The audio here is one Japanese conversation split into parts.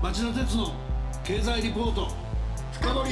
町田鉄の経済リポート深掘り。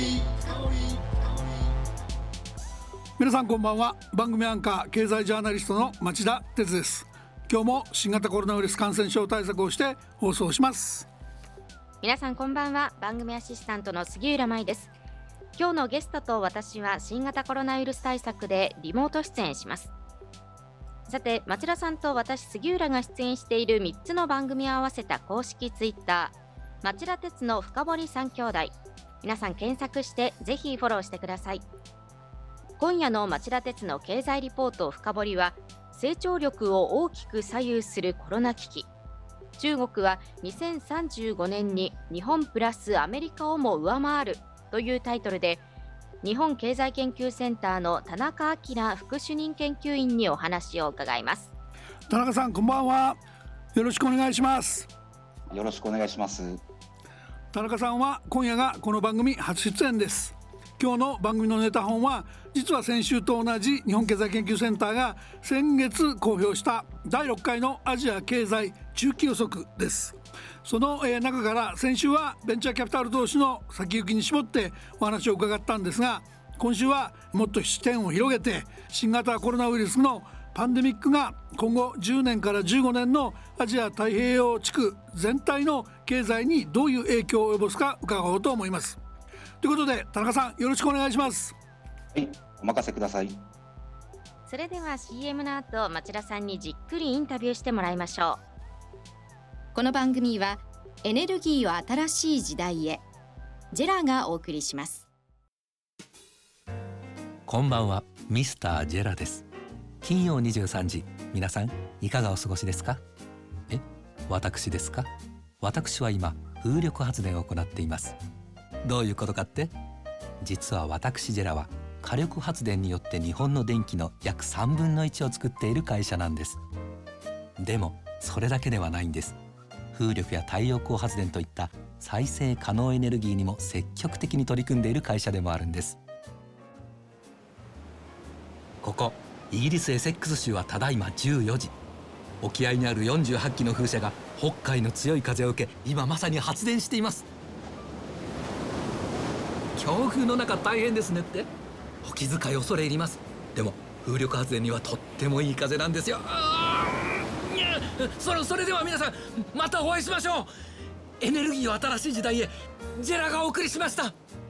皆さんこんばんは。番組アンカー経済ジャーナリストの町田鉄です。今日も新型コロナウイルス感染症対策をして放送します。 皆さんこんばんは。番組アシスタントの杉浦舞です。今日のゲストと私は新型コロナウイルス対策でリモート出演します。さて、町田さんと私杉浦が出演している3つの番組を合わせた公式ツイッター、町田鉄の深掘り3兄弟、皆さん検索してぜひフォローしてください。今夜の町田鉄の経済リポート深掘りは、成長力を大きく左右するコロナ危機、中国は2035年に日本プラスアメリカをも上回るというタイトルで、日本経済研究センターの田中彰副主任研究員にお話を伺います。 田中さんこんばんは。よろしくお願いします。 よろしくお願いします。 田中さんは今夜がこの番組初出演です。今日の番組のネタ本は、実は先週と同じ日本経済研究センターが先月公表した第6回のアジア経済中期予測です。その中から先週はベンチャーキャピタル投資の先行きに絞ってお話を伺ったんですが、今週はもっと視点を広げて、新型コロナウイルスのパンデミックが今後10年から15年のアジア太平洋地区全体の経済にどういう影響を及ぼすか伺おうと思います。ということで田中さん、よろしくお願いします。 はい、お任せください。 それでは CM の後、町田さんにじっくりインタビューしてもらいましょう。この番組はエネルギーを新しい時代へ、ジェラがお送りします。 こんばんは、ミスタージェラです。金曜23時、皆さんいかがお過ごしですか？私ですか？私は今風力発電を行っています。どういうことかって、実は私ジェラは火力発電によって日本の電気の約3分の1を作っている会社なんです。でもそれだけではないんです。風力や太陽光発電といった再生可能エネルギーにも積極的に取り組んでいる会社でもあるんです。ここイギリスエセックス州はただいま14時。沖合にある48基の風車が北海の強い風を受け、今まさに発電しています。強風の中大変ですねって。お気遣い恐れ入ります。でも風力発電にはとってもいい風なんですよ。それでは皆さん、またお会いしましょう。エネルギーを新しい時代へ、ジェラがお送りしました。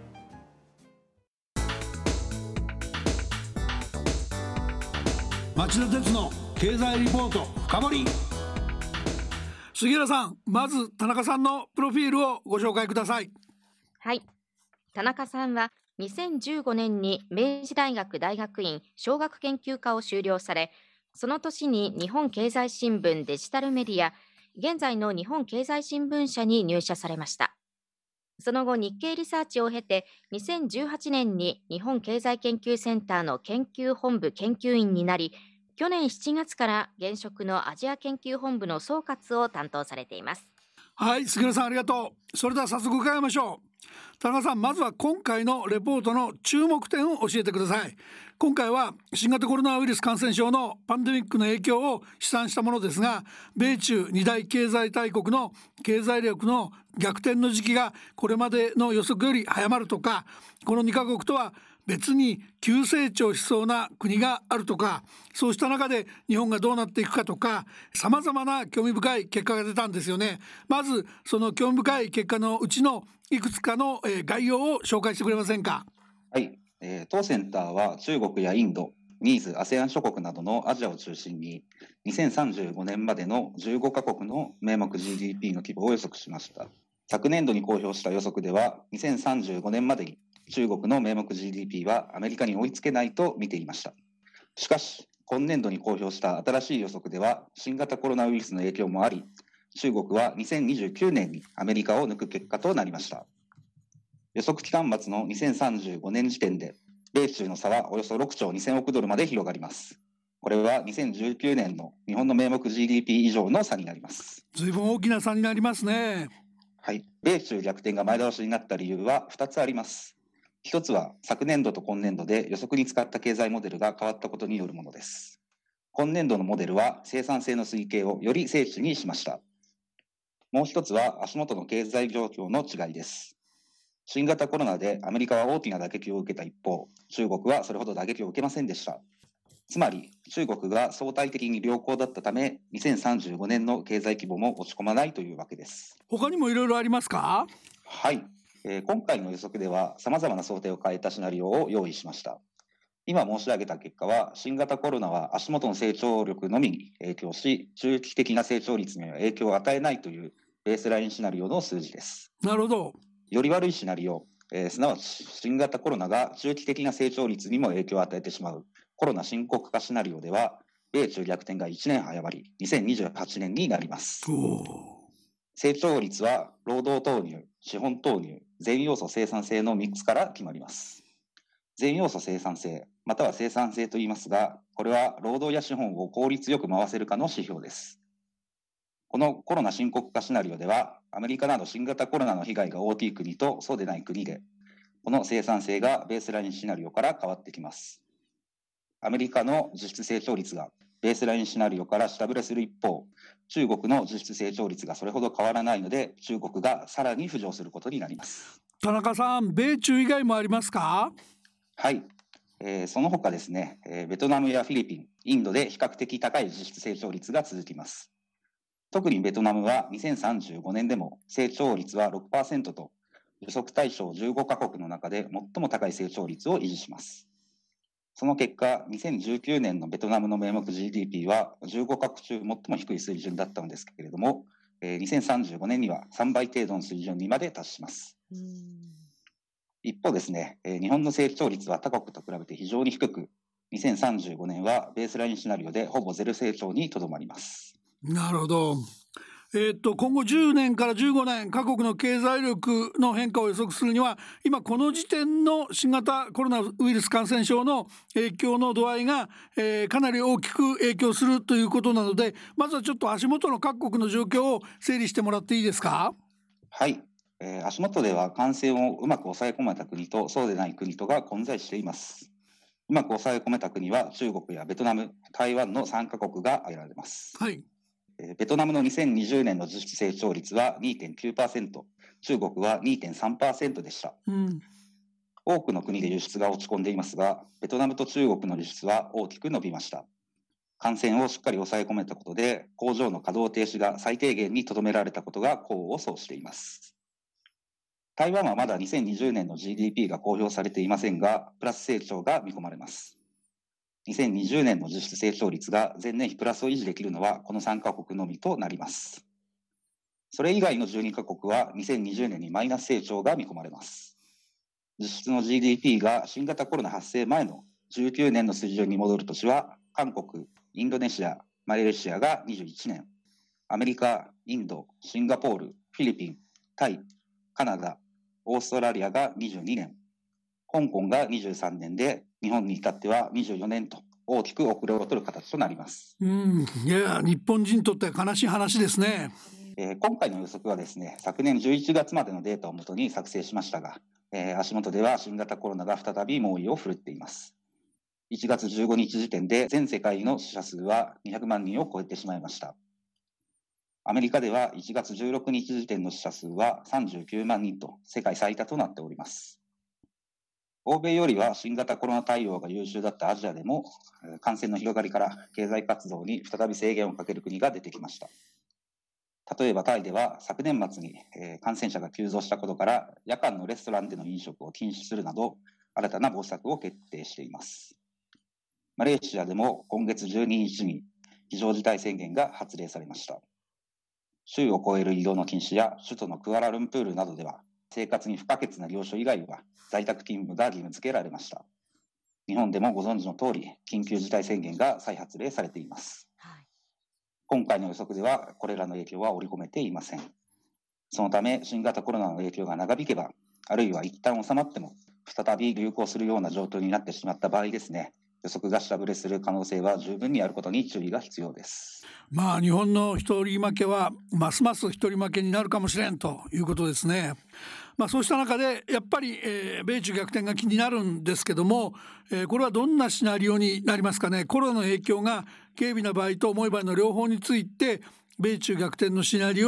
町田鉄の経済リポート深掘り。杉浦さん、まず田中さんのプロフィールをご紹介ください。 はい、田中さんは2015年に明治大学大学院商学研究科を修了され、その年に日本経済新聞デジタルメディア、現在の日本経済新聞社に入社されました。その後日経リサーチを経て、2018年に日本経済研究センターの研究本部研究員になり、去年7月から現職のアジア研究本部の総括を担当されています。 はい、杉浦さんありがとう。それでは早速伺いましょう。田中さん、まずは今回のレポートの注目点を教えてください。今回は新型コロナウイルス感染症のパンデミックの影響を試算したものですが、米中二大経済大国の経済力の逆転の時期がこれまでの予測より早まるとか、この2カ国とは別に急成長しそうな国があるとか、そうした中で日本がどうなっていくかとか、さまざまな興味深い結果が出たんですよね。まずその興味深い結果のうちのいくつかの概要を紹介してくれませんか？ はい、当センターは中国やインド、ニーズ、ASEAN 諸国などのアジアを中心に2035年までの15カ国の名目 GDP の規模を予測しました。昨年度に公表した予測では、2035年までに中国の名目 GDP はアメリカに追いつけないと見ていました。しかし、今年度に公表した新しい予測では、新型コロナウイルスの影響もあり、中国は2029年にアメリカを抜く結果となりました。予測期間末の2035年時点で、米中の差はおよそ6兆2000億ドルまで広がります。これは2019年の日本の名目 GDP 以上の差になります。 随分大きな差になりますね。 はい、米中逆転が前倒しになった理由は2つあります。一つは昨年度と今年度で予測に使った経済モデルが変わったことによるものです。今年度のモデルは生産性の推計をより精緻にしました。 もう一つは足元の経済状況の違いです。新型コロナでアメリカは大きな打撃を受けた一方、中国はそれほど打撃を受けませんでした。つまり中国が相対的に良好だったため、2035年の経済規模も落ち込まないというわけです。 他にもいろいろありますか？ はい、今回の予測では様々な想定を変えたシナリオを用意しました。今申し上げた結果は、新型コロナは足元の成長力のみに影響し、中期的な成長率には影響を与えないというベースラインシナリオの数字です。 なるほど。 より悪いシナリオ、すなわち新型コロナが中期的な成長率にも影響を与えてしまうコロナ深刻化シナリオでは、米中逆転が1年早まり2028年になります。成長率は労働投入、資本投入、全要素生産性の3つから決まります。全要素生産性、または生産性と言いますが、これは労働や資本を効率よく回せるかの指標です。このコロナ深刻化シナリオでは、アメリカなど新型コロナの被害が大きい国とそうでない国で、この生産性がベースラインシナリオから変わってきます。アメリカの実質成長率がベースラインシナリオから下振れする一方、中国の実質成長率がそれほど変わらないので、中国がさらに浮上することになります。 田中さん、米中以外もありますか？ はい、その他ですね、ベトナムやフィリピン、インドで比較的高い実質成長率が続きます。特にベトナムは2035年でも成長率は 6% と、予測対象15カ国の中で最も高い成長率を維持します。その結果、2019年のベトナムの名目 GDP は15カ国中最も低い水準だったのですけれども、2035年には3倍程度の水準にまで達します。一方ですね、日本の成長率は他国と比べて非常に低く、2035年はベースラインシナリオでほぼゼロ成長にとどまります。 なるほど。今後10年から15年、各国の経済力の変化を予測するには、今この時点の新型コロナウイルス感染症の影響の度合いが、かなり大きく影響するということなので、まずはちょっと足元の各国の状況を整理してもらっていいですか？ はい、足元では感染をうまく抑え込めた国とそうでない国とが混在しています。うまく抑え込めた国は中国やベトナム、台湾の3カ国が挙げられます。 はい。 ベトナムの2020年の実質成長率は 2.9%、中国は 2.3% でした。多くの国で輸出が落ち込んでいますが、ベトナムと中国の輸出は大きく伸びました。感染をしっかり抑え込めたことで、工場の稼働停止が最低限にとどめられたことが功を奏しています。台湾はまだ2020年の GDP が公表されていませんが、プラス成長が見込まれます。2020年の実質成長率が前年比プラスを維持できるのはこの3カ国のみとなります。それ以外の12カ国は2020年にマイナス成長が見込まれます。実質の GDP が新型コロナ発生前の19年の水準に戻る年は、韓国、インドネシア、マレーシアが21年、アメリカ、インド、シンガポール、フィリピン、タイ、カナダ、オーストラリアが22年、香港が23年で、日本に至っては24年と大きく遅れを取る形となります。 いや、日本人にとっては悲しい話ですね。 今回の予測はですね、昨年11月までのデータをもとに作成しましたが、足元では新型コロナが再び猛威を振るっています。1月15日時点で全世界の死者数は200万人を超えてしまいました。アメリカでは1月16日時点の死者数は39万人と世界最多となっております。欧米よりは新型コロナ対応が優秀だったアジアでも、感染の広がりから経済活動に再び制限をかける国が出てきました。例えばタイでは昨年末に感染者が急増したことから、夜間のレストランでの飲食を禁止するなど新たな防止策を決定しています。マレーシアでも今月12日に非常事態宣言が発令されました。州を越える移動の禁止や首都のクアラルンプールなどでは、生活に不可欠な業種以外は在宅勤務が義務付けられました。日本でもご存知の通り、緊急事態宣言が再発令されています。今回の予測ではこれらの影響は織り込めていません。そのため新型コロナの影響が長引けば、あるいは一旦収まっても再び流行するような状況になってしまった場合ですね、予測が下振れする可能性は十分にあることに注意が必要です。 日本の一人負けはますます一人負けになるかもしれんということですね。そうした中でやっぱり、米中逆転が気になるんですけども、これはどんなシナリオになりますかね。コロナの影響が軽微な場合と重い場合の両方について米中逆転のシナリオを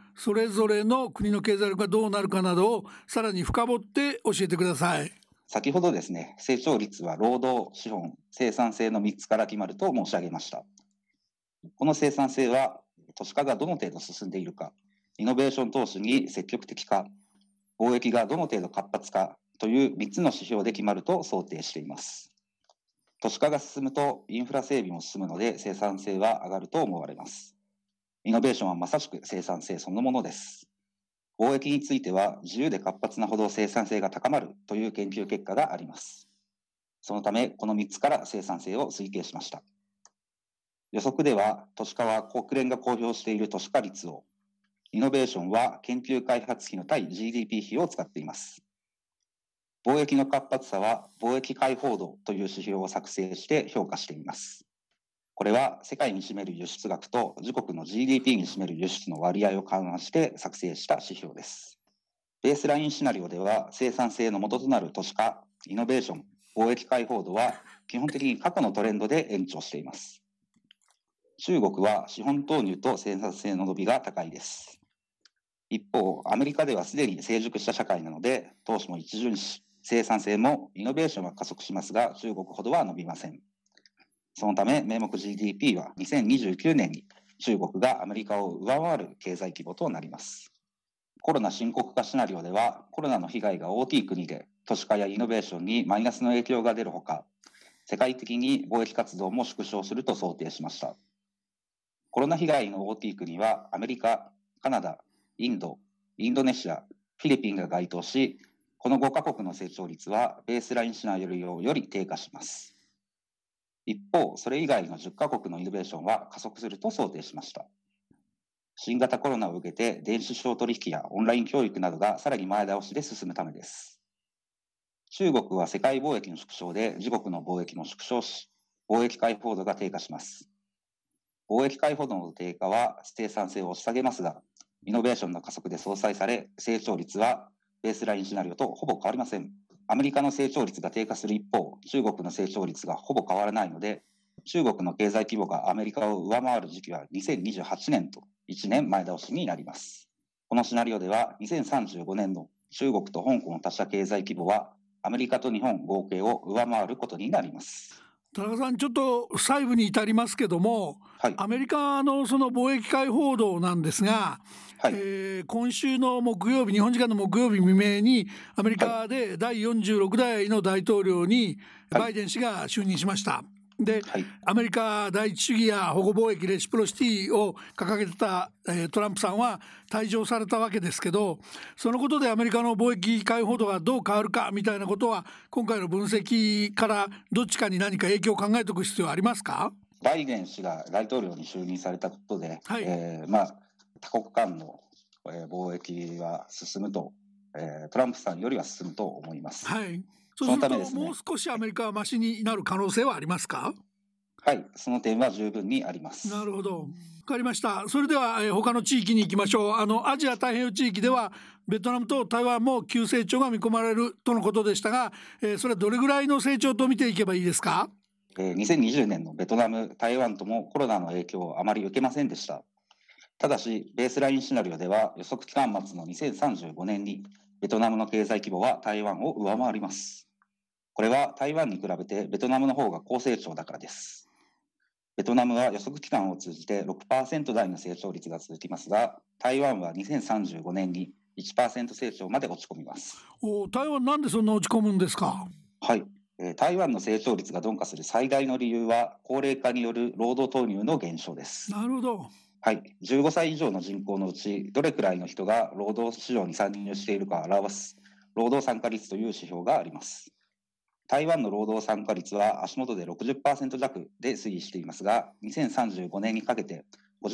それぞれの国の経済力がどうなるかなどをさらに深掘って教えてください。 先ほどですね、成長率は労働、資本、生産性の3つから決まると申し上げました。この生産性は都市化がどの程度進んでいるか、イノベーション投資に積極的か、貿易がどの程度活発かという3つの指標で決まると想定しています。都市化が進むとインフラ整備も進むので生産性は上がると思われます。イノベーションはまさしく生産性そのものです。貿易については自由で活発なほど生産性が高まるという研究結果があります。そのためこの3つから生産性を推計しました。予測では都市化は国連が公表している都市化率を、イノベーションは研究開発費の対 GDP 比を使っています。貿易の活発さは貿易開放度という指標を作成して評価しています。これは世界に占める輸出額と自国の GDP に占める輸出の割合を勘案して作成した指標です。ベースラインシナリオでは生産性の元となる都市化、イノベーション、貿易開放度は基本的に過去のトレンドで延長しています。中国は資本投入と生産性の伸びが高いです。一方、アメリカではすでに成熟した社会なので、投資も一巡し、生産性もイノベーションは加速しますが、中国ほどは伸びません。そのため、名目 GDP は2029年に中国がアメリカを上回る経済規模となります。コロナ深刻化シナリオでは、コロナの被害が大きい国で都市化やイノベーションにマイナスの影響が出るほか、世界的に貿易活動も縮小すると想定しました。コロナ被害の大きい国はアメリカ、カナダ、インド、インドネシア、フィリピンが該当し、この5カ国の成長率はベースラインシナリオより低下します。一方、それ以外の10カ国のイノベーションは加速すると想定しました。新型コロナを受けて電子商取引やオンライン教育などがさらに前倒しで進むためです。中国は世界貿易の縮小で自国の貿易も縮小し、貿易開放度が低下します。貿易開放度の低下は生産性を押し下げますが、イノベーションの加速で相殺され、成長率はベースラインシナリオとほぼ変わりません。アメリカの成長率が低下する一方、中国の成長率がほぼ変わらないので、中国の経済規模がアメリカを上回る時期は2028年と1年前倒しになります。このシナリオでは2035年の中国と香港の他社経済規模はアメリカと日本合計を上回ることになります。 田中さん、ちょっと細部に至りますけども、はい、アメリカのその貿易開放度なんですが、はい、今週の木曜日、日本時間の木曜日未明にアメリカで第46代の大統領にバイデン氏が就任しました。で、はい、アメリカ第一主義や保護貿易レシプロシティを掲げてた、トランプさんは退場されたわけですけど、そのことでアメリカの貿易開放度がどう変わるかみたいなことは今回の分析からどっちかに何か影響を考えておく必要はありますか？ バイデン氏が大統領に就任されたことで、はい、多国間の貿易は進むと、トランプさんよりは進むと思います。 はい、そうするともう少しアメリカはマシになる可能性はありますか？ はい、その点は十分にあります。 なるほど、わかりました。それでは、他の地域に行きましょう。アジア太平洋地域ではベトナムと台湾も急成長が見込まれるとのことでしたが、それはどれぐらいの成長と見ていけばいいですか ？2020年のベトナム、台湾ともコロナの影響をあまり受けませんでした。ただし、ベースラインシナリオでは予測期間末の2035年にベトナムの経済規模は台湾を上回ります。これは台湾に比べてベトナムの方が高成長だからです。ベトナムは予測期間を通じて 6% 台の成長率が続きますが、台湾は2035年に 1% 成長まで落ち込みます。 台湾なんでそんな落ち込むんですか？ はい、台湾の成長率が鈍化する最大の理由は高齢化による労働投入の減少です。 なるほど。 はい、15歳以上の人口のうちどれくらいの人が労働市場に参入しているかを表す労働参加率という指標があります。台湾の労働参加率は足元で 60% 弱で推移していますが、2035年にかけて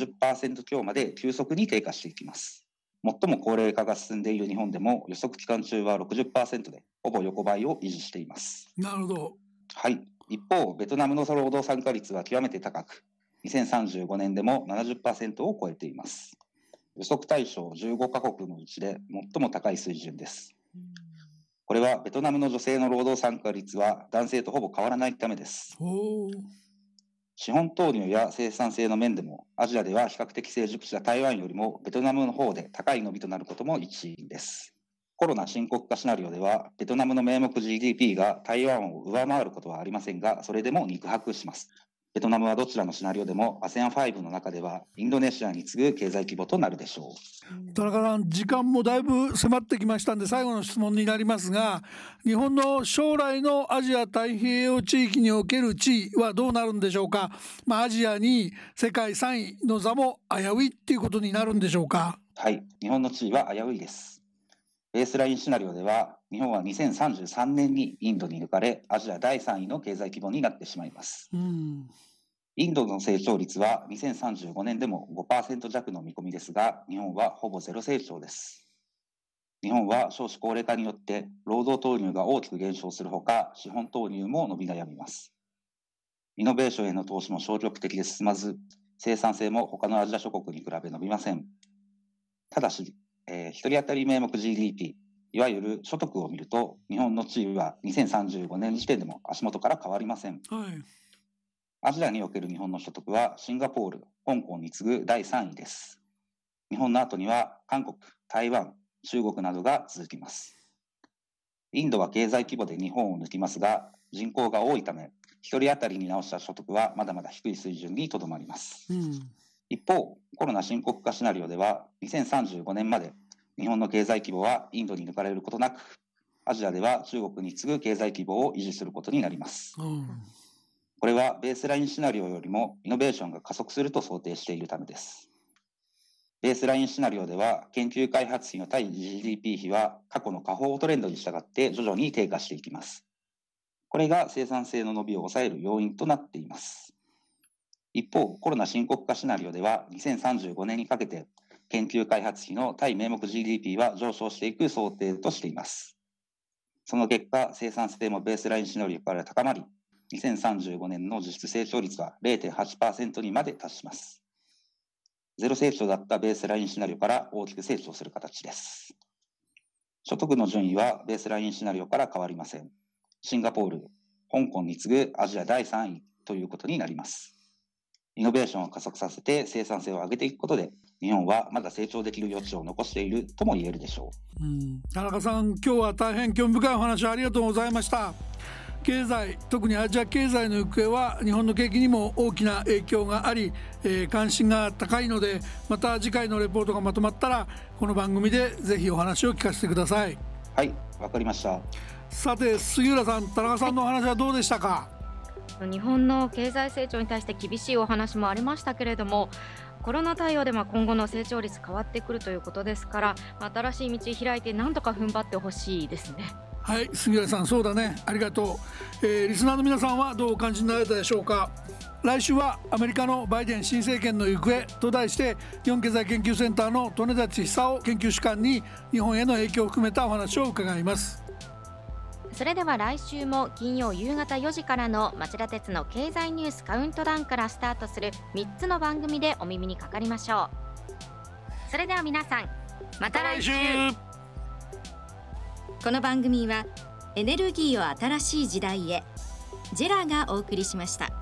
50% 強まで急速に低下していきます。最も高齢化が進んでいる日本でも予測期間中は 60% でほぼ横ばいを維持しています。 なるほど。 はい、一方、ベトナムの労働参加率は極めて高く、2035年でも 70% を超えています。予測対象15カ国のうちで最も高い水準です。これはベトナムの女性の労働参加率は男性とほぼ変わらないためです。 資本投入や生産性の面でもアジアでは比較的成熟した台湾よりもベトナムの方で高い伸びとなることも一因です。コロナ深刻化シナリオではベトナムの名目 GDP が台湾を上回ることはありませんが、それでも肉薄します。ベトナムはどちらのシナリオでも ASEAN5 の中ではインドネシアに次ぐ経済規模となるでしょう。 田中さん、時間もだいぶ迫ってきましたんで最後の質問になりますが、日本の将来のアジア太平洋地域における地位はどうなるんでしょうか。アジア2位世界3位の座も危ういっていうことになるんでしょうか。 はい、日本の地位は危ういです。ベースラインシナリオでは日本は2033年にインドに抜かれアジア第3位の経済規模になってしまいます。インドの成長率は2035年でも 5% 弱の見込みですが、日本はほぼゼロ成長です。日本は少子高齢化によって労働投入が大きく減少するほか、資本投入も伸び悩みます。イノベーションへの投資も消極的で進まず、生産性も他のアジア諸国に比べ伸びません。ただし、1人当たり名目 GDP、いわゆる所得を見ると、日本の地位は2035年時点でも足元から変わりません。アジアにおける日本の所得はシンガポール、香港に次ぐ第3位です。日本の後には韓国、台湾、中国などが続きます。インドは経済規模で日本を抜きますが、人口が多いため、1人当たりに直した所得はまだまだ低い水準にとどまります。一方、コロナ深刻化シナリオでは、2035年まで日本の経済規模はインドに抜かれることなく、アジアでは中国に次ぐ経済規模を維持することになります。これはベースラインシナリオよりもイノベーションが加速すると想定しているためです。ベースラインシナリオでは研究開発費の対 GDP 比は過去の下方トレンドに従って徐々に低下していきます。これが生産性の伸びを抑える要因となっています。一方、コロナ深刻化シナリオでは2035年にかけて研究開発費の対名目 GDP は上昇していく想定としています。その結果、生産性もベースラインシナリオから高まり、2035年の実質成長率は 0.8% にまで達します。ゼロ成長だったベースラインシナリオから大きく成長する形です。所得の順位はベースラインシナリオから変わりません。シンガポール、香港に次ぐアジア第3位ということになります。イノベーションを加速させて生産性を上げていくことで、日本はまだ成長できる余地を残しているとも言えるでしょう。 田中さん、今日は大変興味深いお話ありがとうございました。経済、特にアジア経済の行方は日本の景気にも大きな影響があり、関心が高いので、また次回のレポートがまとまったらこの番組でぜひお話を聞かせてください。 はい、わかりました。 さて杉浦さん、田中さんのお話はどうでしたか。 日本の経済成長に対して厳しいお話もありましたけれども、コロナ対応で今後の成長率変わってくるということですから、新しい道開いて何とか踏ん張ってほしいですね。 はい、杉浦さん、そうだね、ありがとう。リスナーの皆さんはどうお感じになられたでしょうか。来週はアメリカのバイデン新政権の行方と題して、日本経済研究センターの利根立久夫研究主幹に日本への影響を含めたお話を伺います。 それでは来週も金曜夕方4時からの町田鉄の経済ニュースカウントダウンからスタートする3つの番組でお耳にかかりましょう。それでは皆さん、また来週。この番組はエネルギーを新しい時代へ、ジェラがお送りしました。